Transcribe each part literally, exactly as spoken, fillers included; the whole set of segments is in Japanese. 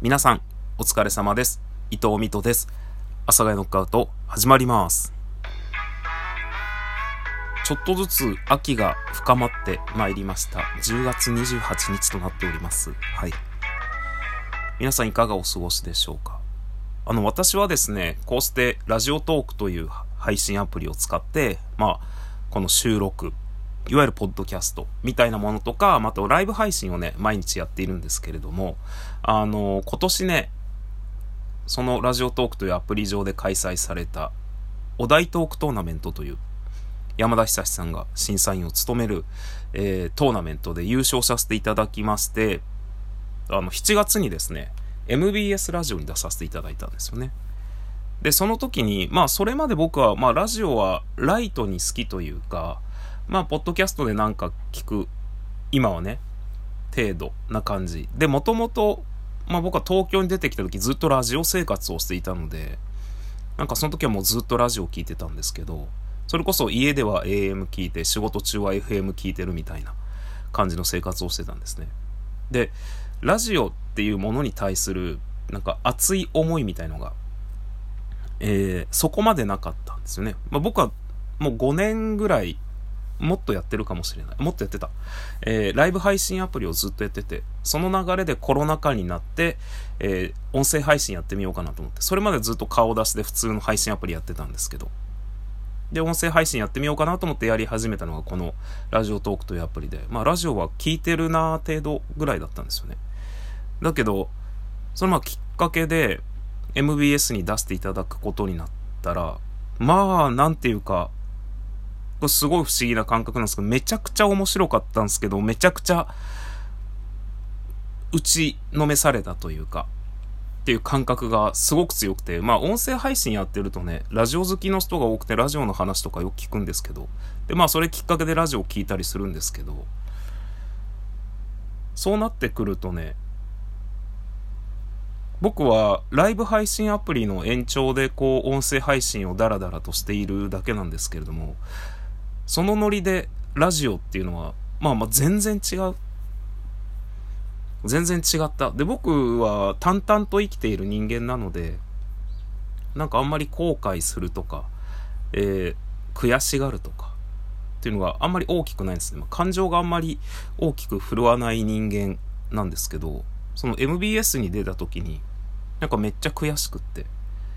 皆さんお疲れ様です。伊藤美斗です。阿佐ヶ谷ノックアウト始まります。ちょっとずつ秋が深まってまいりました。じゅうがつにじゅうはちにちとなっております。はい。皆さんいかがお過ごしでしょうか。あの私はですね、こうしてラジオトークという配信アプリを使って、まあこの収録、いわゆるポッドキャストみたいなものとか、またライブ配信をね毎日やっているんですけれども、あの今年ね、そのラジオトークというアプリ上で開催されたお題トークトーナメントという山田久志さんが審査員を務める、えー、トーナメントで優勝させていただきまして、あのしちがつにですね エムビーエス ラジオに出させていただいたんですよね。でその時にまあそれまで僕はまあラジオはライトに好きというか、まあポッドキャストでなんか聞く今はね程度な感じで、もともとまあ僕は東京に出てきた時ずっとラジオ生活をしていたので、なんかその時はもうずっとラジオを聞いてたんですけど、それこそ家では エーエム 聞いて仕事中は エフエム 聞いてるみたいな感じの生活をしてたんですね。でラジオっていうものに対するなんか熱い思いみたいのが、えー、そこまでなかったんですよね。まあ、僕はもうごねんぐらいもっとやってるかもしれない。もっとやってた。えー、ライブ配信アプリをずっとやってて、その流れでコロナ禍になって、えー、音声配信やってみようかなと思って、それまでずっと顔出しで普通の配信アプリやってたんですけど、で、音声配信やってみようかなと思ってやり始めたのがこのラジオトークというアプリで、まあラジオは聞いてるな程度ぐらいだったんですよね。だけど、そのまあきっかけで エムビーエス に出していただくことになったら、まあなんていうか、これすごい不思議な感覚なんですけど、めちゃくちゃ面白かったんですけど、めちゃくちゃ打ちのめされたというかっていう感覚がすごく強くて、まあ音声配信やってるとね、ラジオ好きの人が多くてラジオの話とかよく聞くんですけど、でまあそれきっかけでラジオを聞いたりするんですけど、そうなってくるとね、僕はライブ配信アプリの延長でこう音声配信をダラダラとしているだけなんですけれども、そのノリでラジオっていうのはまあまあ全然違う。全然違った。で、僕は淡々と生きている人間なので、なんかあんまり後悔するとか、えー、悔しがるとかっていうのがあんまり大きくないんですね。まあ、感情があんまり大きく振るわない人間なんですけど、その エムビーエス に出た時になんかめっちゃ悔しくって、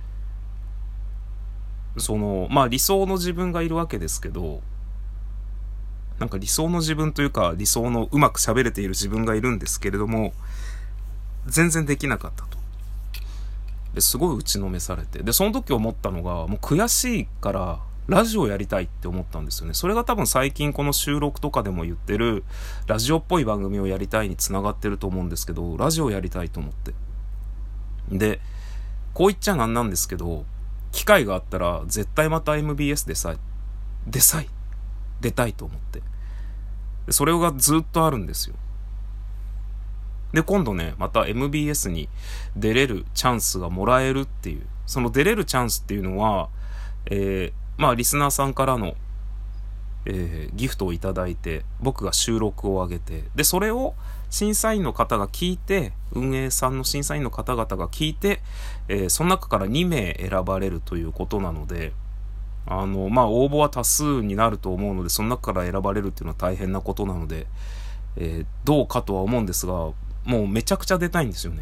そのまあ理想の自分がいるわけですけど、なんか理想の自分というか理想のうまく喋れている自分がいるんですけれども、全然できなかったと。ですごい打ちのめされて、でその時思ったのが、もう悔しいからラジオやりたいって思ったんですよね。それが多分最近この収録とかでも言ってるラジオっぽい番組をやりたいにつながってると思うんですけど、ラジオやりたいと思って、でこう言っちゃなんなんですけど、機会があったら絶対また エムビーエス でさ出さい出たいと思って、でそれがずっとあるんですよ。で今度ねまた エムビーエス に出れるチャンスがもらえるっていう、その出れるチャンスっていうのは、えー、まあリスナーさんからの、えー、ギフトをいただいて、僕が収録を上げて、でそれを審査員の方が聞いて、運営さんの審査員の方々が聞いて、えー、その中からにめい選ばれるということなので、あのまあ応募は多数になると思うので、その中から選ばれるっていうのは大変なことなので、えー、どうかとは思うんですが、もうめちゃくちゃ出たいんですよね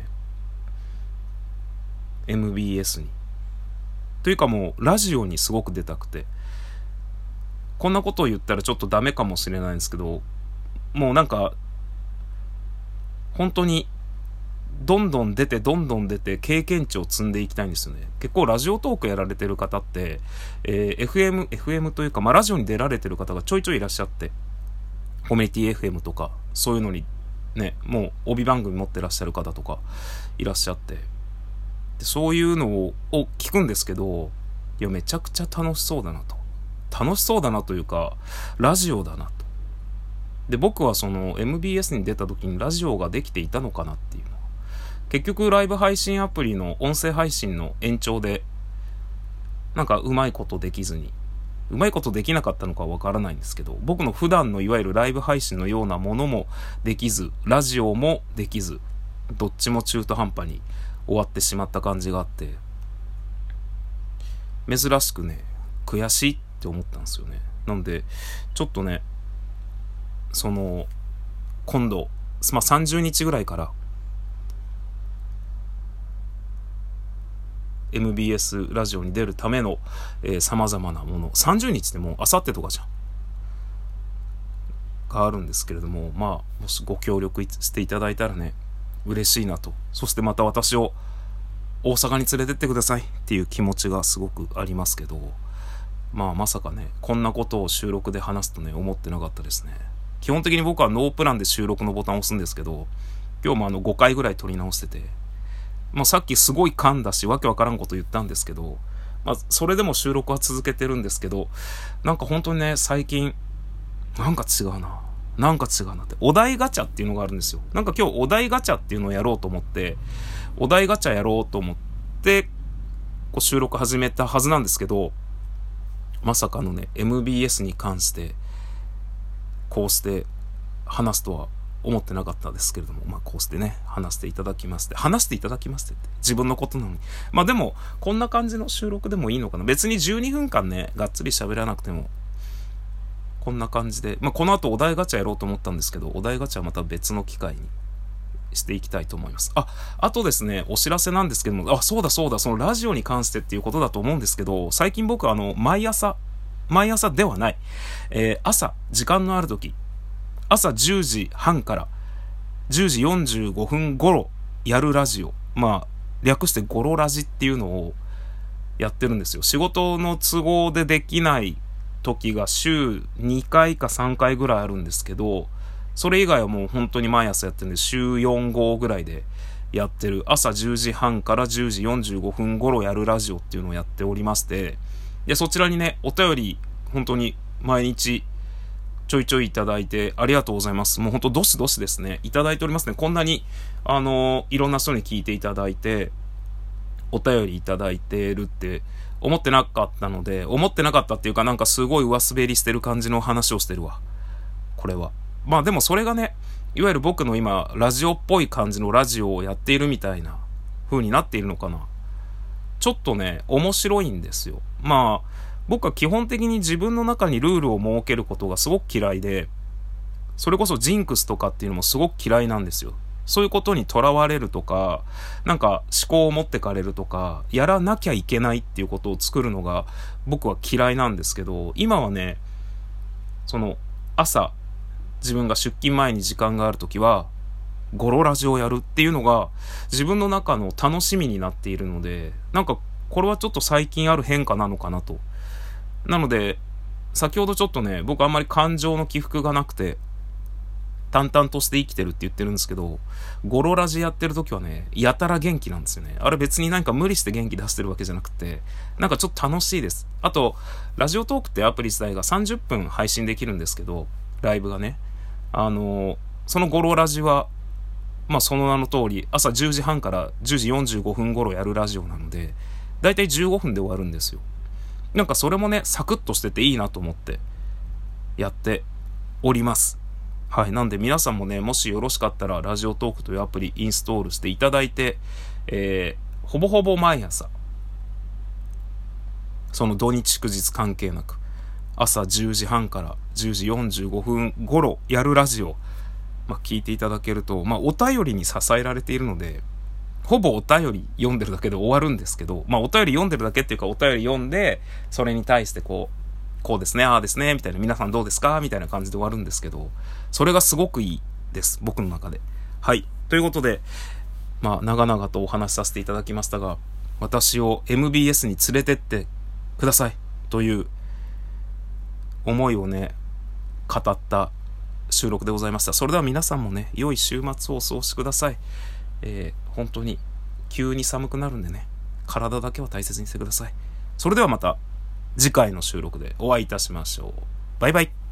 エムビーエス に。というかもうラジオにすごく出たくて、こんなことを言ったらちょっとダメかもしれないんですけど、もうなんか本当にどんどん出てどんどん出て経験値を積んでいきたいんですよね。結構ラジオトークやられてる方って、えー、エフエム エフエム というか、まあ、ラジオに出られてる方がちょいちょいいらっしゃって、コミュニティ エフエム とかそういうのにね、もう帯番組持ってらっしゃる方とかいらっしゃって、でそういうのをを聞くんですけど、いやめちゃくちゃ楽しそうだなと楽しそうだなというかラジオだなと。で僕はその エムビーエス に出た時にラジオができていたのかなっていうのは、結局ライブ配信アプリの音声配信の延長でなんかうまいことできずに、うまいことできなかったのかはわからないんですけど、僕の普段のいわゆるライブ配信のようなものもできず、ラジオもできず、 どっちも中途半端に終わってしまった感じがあって、珍しくね悔しいって思ったんですよね。なのでちょっとねその今度、まあ、さんじゅうにちぐらいからエムビーエス ラジオに出るためのさまざまなもの、さんじゅうにちってもうあさってとかじゃんがあるんですけれども、まあもしご協力していただいたらね嬉しいなと。そしてまた私を大阪に連れてってくださいっていう気持ちがすごくありますけど、まあまさかねこんなことを収録で話すとね思ってなかったですね。基本的に僕はノープランで収録のボタンを押すんですけど、今日もあのごかいぐらい撮り直してて、まあ、さっきすごい噛んだしわけわからんこと言ったんですけど、まあ、それでも収録は続けてるんですけど、なんか本当にね最近なんか違うななんか違うなって、お題ガチャっていうのがあるんですよ。なんか今日お題ガチャっていうのをやろうと思って、お題ガチャやろうと思ってこう収録始めたはずなんですけど、まさかのね エムビーエス に関してこうして話すとは思ってなかったですけれども、まあこうしてね話していただきまして話していただきましてって自分のことなのに、まあでもこんな感じの収録でもいいのかな。別にじゅうにふんかんねがっつり喋らなくてもこんな感じで、まあこの後お題ガチャやろうと思ったんですけど、お題ガチャはまた別の機会にしていきたいと思います。あ、あとですねお知らせなんですけども、あそうだそうだそのラジオに関してっていうことだと思うんですけど、最近僕あの毎朝毎朝ではない、えー、朝時間のある時、朝じゅうじはんからじゅうじよんじゅうごふん頃やるラジオ、まあ略してゴロラジっていうのをやってるんですよ。仕事の都合でできない時が週にかいかさんかいぐらいあるんですけど、それ以外はもう本当に毎朝やってるんで週よん、ごぐらいでやってる、朝じゅうじはんからじゅうじよんじゅうごふん頃やるラジオっていうのをやっておりまして、でそちらにねお便り本当に毎日ちょいちょいいただいてありがとうございます。もう本当どしどしですねいただいておりますね。こんなにあのいろんな人に聞いていただいてお便りいただいてるって思ってなかったので、思ってなかったっていうかなんかすごい上滑りしてる感じの話をしてるわこれは。まあでもそれがねいわゆる僕の今ラジオっぽい感じのラジオをやっているみたいな風になっているのかな。ちょっとね面白いんですよ。まあ僕は基本的に自分の中にルールを設けることがすごく嫌いで、それこそジンクスとかっていうのもすごく嫌いなんですよ。そういうことにとらわれるとか、なんか思考を持ってかれるとか、やらなきゃいけないっていうことを作るのが僕は嫌いなんですけど、今はねその朝自分が出勤前に時間があるときはゴロラジオをやるっていうのが自分の中の楽しみになっているので、なんかこれはちょっと最近ある変化なのかなと。なので先ほどちょっとね僕あんまり感情の起伏がなくて淡々として生きてるって言ってるんですけど、ゴロラジやってる時はねやたら元気なんですよね。あれ別になんか無理して元気出してるわけじゃなくて、なんかちょっと楽しいです。あとラジオトークってアプリ自体がさんじゅっぷん配信できるんですけど、ライブがねあのー、そのゴロラジはまあその名の通り朝じゅうじはんからじゅうじよんじゅうごふん頃やるラジオなので、だいたいじゅうごふんで終わるんですよ。なんかそれもねサクッとしてていいなと思ってやっております。はい。なんで皆さんもねもしよろしかったらラジオトークというアプリインストールしていただいて、えー、ほぼほぼ毎朝その土日祝日関係なく朝じゅうじはんからじゅうじよんじゅうごふん頃やるラジオ、まあ、聞いていただけると、まあ、お便りに支えられているのでほぼお便り読んでるだけで終わるんですけど、まあお便り読んでるだけっていうかお便り読んでそれに対してこうこうですねああですねみたいな、皆さんどうですかみたいな感じで終わるんですけど、それがすごくいいです僕の中で。はいということでまあ長々とお話しさせていただきましたが、私を エムビーエス に連れてってくださいという思いをね語った収録でございました。それでは皆さんもね良い週末をお過ごしください。えー、本当に急に寒くなるんでね体だけは大切にしてください。それではまた次回の収録でお会いいたしましょう。バイバイ。